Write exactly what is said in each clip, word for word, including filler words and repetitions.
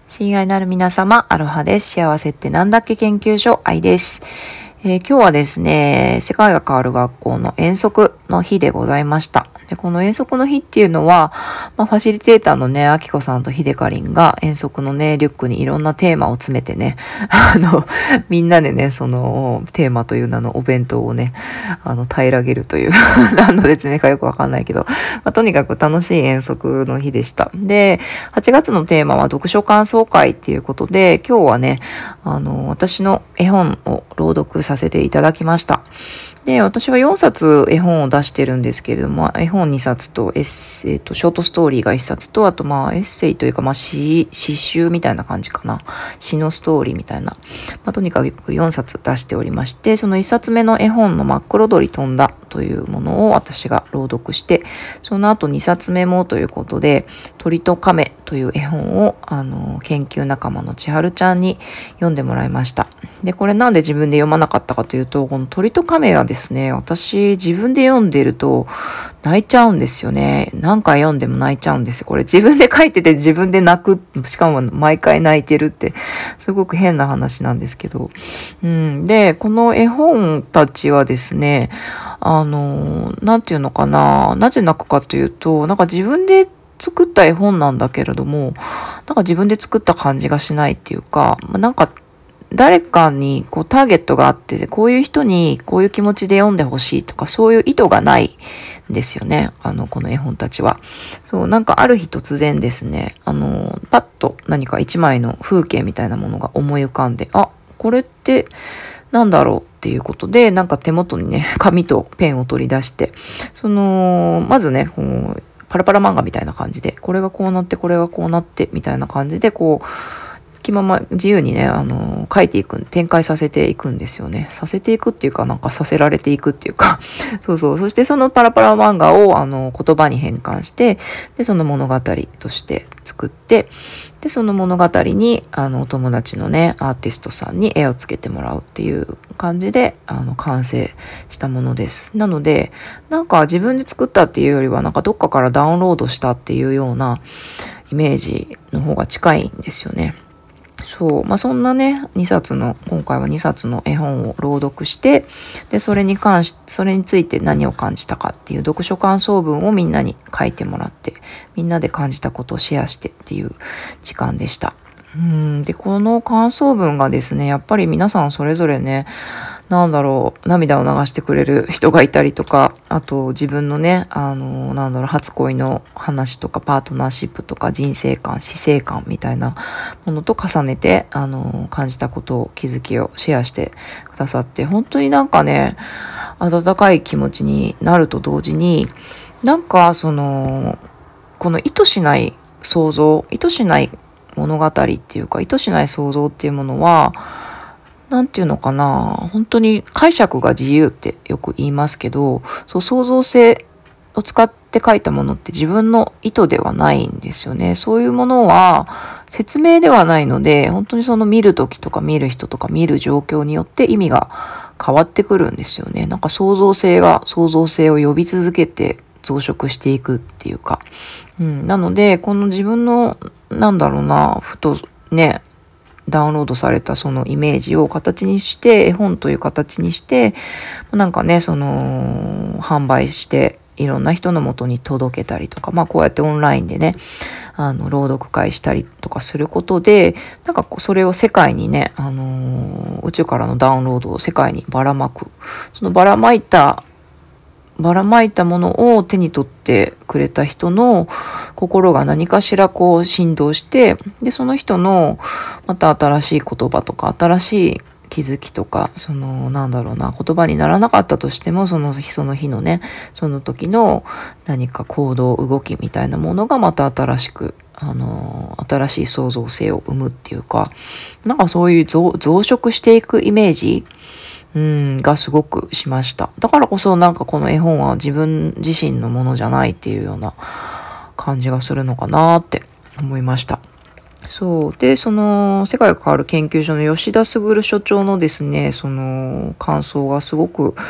親愛なる皆様、アロハです。幸せってなんだっけ研究所、愛です。えー今日はですね、世界が変わる学校の遠足の日でございました。で、この遠足の日っていうのは、まあ、ファシリテーターのね、あきこさんとひでかりんが遠足のね、リュックにいろんなテーマを詰めてね、あの、みんなでね、そのテーマという名のお弁当をね、あの、平らげるという、何の説明かよくわかんないけど、まあ、とにかく楽しい遠足の日でした。で、はちがつのテーマは読書感想会っていうことで、今日はね、あの、私の絵本を朗読させていただきました。で、私はよんさつ絵本を出してるんですけれども、絵本にさつとエッセイとショートストーリーがいっさつと、あとまあエッセイというかまあ詩、詩集みたいな感じかな。詩のストーリーみたいな。まあ、とにかくよんさつ出しておりまして、そのいっさつめの絵本の真っ黒鳥飛んだというものを私が朗読して、その後にさつめもということで、鳥と亀という絵本をあの研究仲間の千春ちゃんに読んでもらいました。で、これなんで自分で読まなかったかというと、この鳥と亀はですね、私自分で読んでると泣いちゃうんですよね。何回読んでも泣いちゃうんですよ。これ自分で書いてて自分で泣く、しかも毎回泣いてるってすごく変な話なんですけど。うん、で、この絵本たちはですね、あの、なんていうのかな、なぜ泣くかというと、なんか自分で作った絵本なんだけれども、なんか自分で作った感じがしないっていうか、なんか誰かにこうターゲットがあって、こういう人にこういう気持ちで読んでほしいとか、そういう意図がないんですよね。あの、この絵本たちは。そう、なんかある日突然ですね、あの、パッと何か一枚の風景みたいなものが思い浮かんで、あ、これってなんだろうっていうことで、なんか手元にね、紙とペンを取り出して、その、まずね、こう、パラパラ漫画みたいな感じで、これがこうなって、これがこうなって、みたいな感じで、こう、気まま自由にね、あの、書いていく、展開させていくんですよね。させていくっていうか、なんかさせられていくっていうか、そうそう。そしてそのパラパラ漫画を、あの、言葉に変換して、で、その物語として作って、で、その物語に、あの、お友達のね、アーティストさんに絵をつけてもらうっていう感じで、あの、完成したものです。なので、なんか自分で作ったっていうよりは、なんかどっかからダウンロードしたっていうようなイメージの方が近いんですよね。そう。まあ、そんなね、にさつの、今回はにさつの絵本を朗読して、で、それに関し、それについて何を感じたかっていう読書感想文をみんなに書いてもらって、みんなで感じたことをシェアしてっていう時間でした。うん。で、この感想文がですね、やっぱり皆さんそれぞれね、なんだろう、涙を流してくれる人がいたりとか、あと自分のね、あの、なんだろう、初恋の話とか、パートナーシップとか、人生観、死生観みたいなものと重ねて、あの、感じたことを、気づきをシェアしてくださって、本当になんかね、温かい気持ちになると同時に、なんか、その、この意図しない想像、意図しない物語っていうか、意図しない想像っていうものは、なんていうのかな、本当に解釈が自由ってよく言いますけど、そう創造性を使って書いたものって自分の意図ではないんですよね。そういうものは説明ではないので、本当にその見る時とか見る人とか見る状況によって意味が変わってくるんですよね。なんか創造性が創造性を呼び続けて増殖していくっていうか。うん、なので、この自分の、なんだろうな、ふとね、ダウンロードされたそのイメージを形にして、絵本という形にして、なんかね、その、販売して、いろんな人の元に届けたりとか、まあこうやってオンラインでね、あの、朗読会したりとかすることで、なんかこうそれを世界にね、あのー宇宙からのダウンロードを世界にばらまく。そのばらまいたばらまいたものを手に取ってくれた人の心が何かしらこう振動して、で、その人のまた新しい言葉とか新しい気づきとか、そのなんだろうな、言葉にならなかったとしても、その日その日のね、その時の何か行動、動きみたいなものがまた新しく、あの、新しい創造性を生むっていうか、なんかそういう増、増殖していくイメージうん、がすごくしました。だからこそなんかこの絵本は自分自身のものじゃないっていうような感じがするのかなって思いました。そう。で、その、世界が変わる研究所の吉田卓所長のですね、その、感想がすごく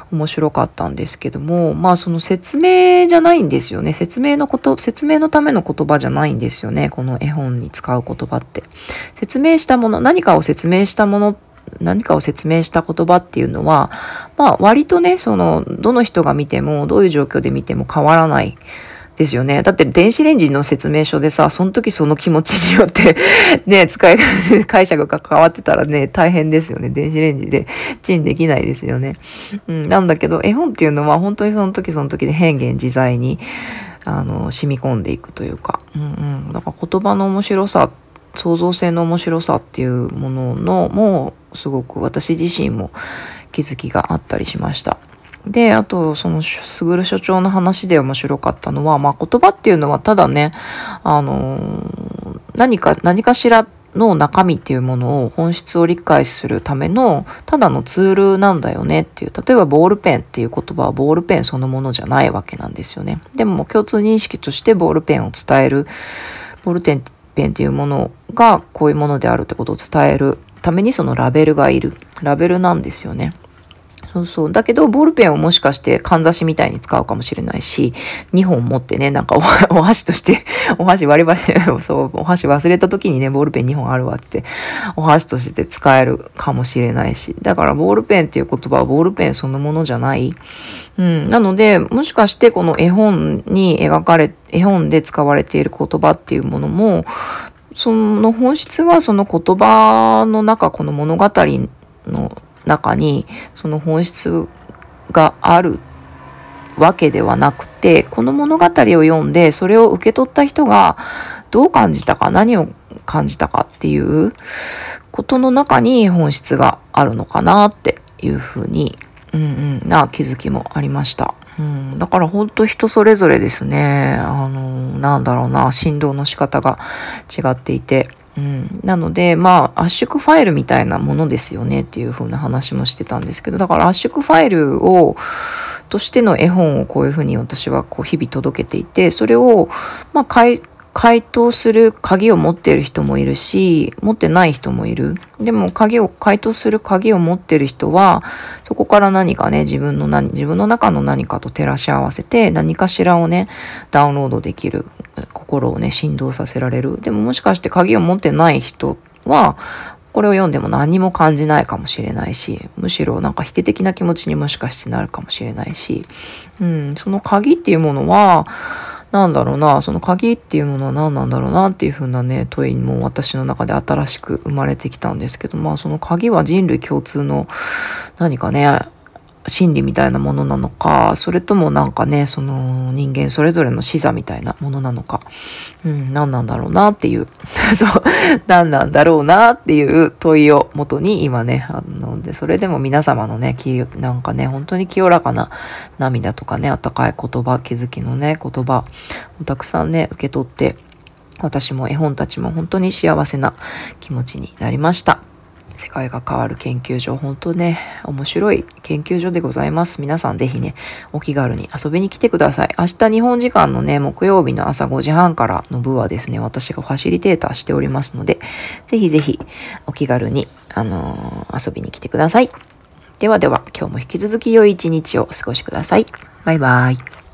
面白かったんですけども、まあその説明じゃないんですよね。説明のこと、説明のための言葉じゃないんですよね。この絵本に使う言葉って。説明したもの、何かを説明したもの、何かを説明した言葉っていうのは、まあ割とね、その、どの人が見ても、どういう状況で見ても変わらないですよね。だって電子レンジの説明書でさ、その時その気持ちによってね、使い、解釈が変わってたらね、大変ですよね。電子レンジでチンできないですよね。うん、なんだけど、絵本っていうのは本当にその時その時で変幻自在に、あの、染み込んでいくというか、うんうん。だから言葉の面白さ、創造性の面白さっていうものの、もうすごく私自身も気づきがあったりしました。で、あと、その、すぐる所長の話で面白かったのは、まあ、言葉っていうのはただね、あのー、何か、何かしらの中身っていうものを、本質を理解するための、ただのツールなんだよねっていう、例えばボールペンっていう言葉はボールペンそのものじゃないわけなんですよね。でも、共通認識としてボールペンを伝える、ボールペン、ペンっていうものがこういうものであるってことを伝えるためにそのラベルがいる。ラベルなんですよね。そうそう。だけど、ボールペンをもしかしてかんざしみたいに使うかもしれないし、にほん持ってね、なんかお、お箸として、お箸割り箸、そう、お箸忘れた時にね、ボールペンにほんあるわって、お箸として使えるかもしれないし。だから、ボールペンっていう言葉はボールペンそのものじゃない。うん。なので、もしかしてこの絵本に描かれ、絵本で使われている言葉っていうものも、その本質はその言葉の中、この物語の中にその本質があるわけではなくて、この物語を読んでそれを受け取った人がどう感じたか、何を感じたかっていうことの中に本質があるのかなっていうふうに、うんうん、な気づきもありました。うん、だから本当人それぞれですね。あの、なんだろうな、振動の仕方が違っていて、うん、なので、まあ、圧縮ファイルみたいなものですよねっていう風な話もしてたんですけど、だから圧縮ファイルを、としての絵本をこういう風に私はこう日々届けていて、それを、まあ、解、回答する鍵を持っている人もいるし、持ってない人もいる。でも鍵を、回答する鍵を持っている人は、そこから何かね、自分の何、自分の中の何かと照らし合わせて、何かしらをね、ダウンロードできる。心をね、振動させられる。でももしかして鍵を持ってない人は、これを読んでも何も感じないかもしれないし、むしろなんか否定的な気持ちにもしかしてなるかもしれないし、うん、その鍵っていうものは、なんだろうな、その鍵っていうものは何なんだろうなっていう風なね、問いも私の中で新しく生まれてきたんですけど、まあその鍵は人類共通の何かね、心理みたいなものなのか、それともなんかね、その人間それぞれの視座みたいなものなのか、うん、何なんだろうなっていう、そう、何なんだろうなっていう問いをもとに今ね、あの、で、それでも皆様のね、きなんかね、本当に清らかな涙とかね、温かい言葉、気づきのね、言葉をたくさんね、受け取って、私も絵本たちも本当に幸せな気持ちになりました。世界が変わる研究所、本当ね、面白い研究所でございます。皆さんぜひね、お気軽に遊びに来てください。明日日本時間のね、木曜日の朝ごじはんからの部はですね、私がファシリテーターしておりますので、ぜひぜひお気軽に、あのー、遊びに来てください。ではでは、今日も引き続き良い一日をお過ごしください。バイバイ。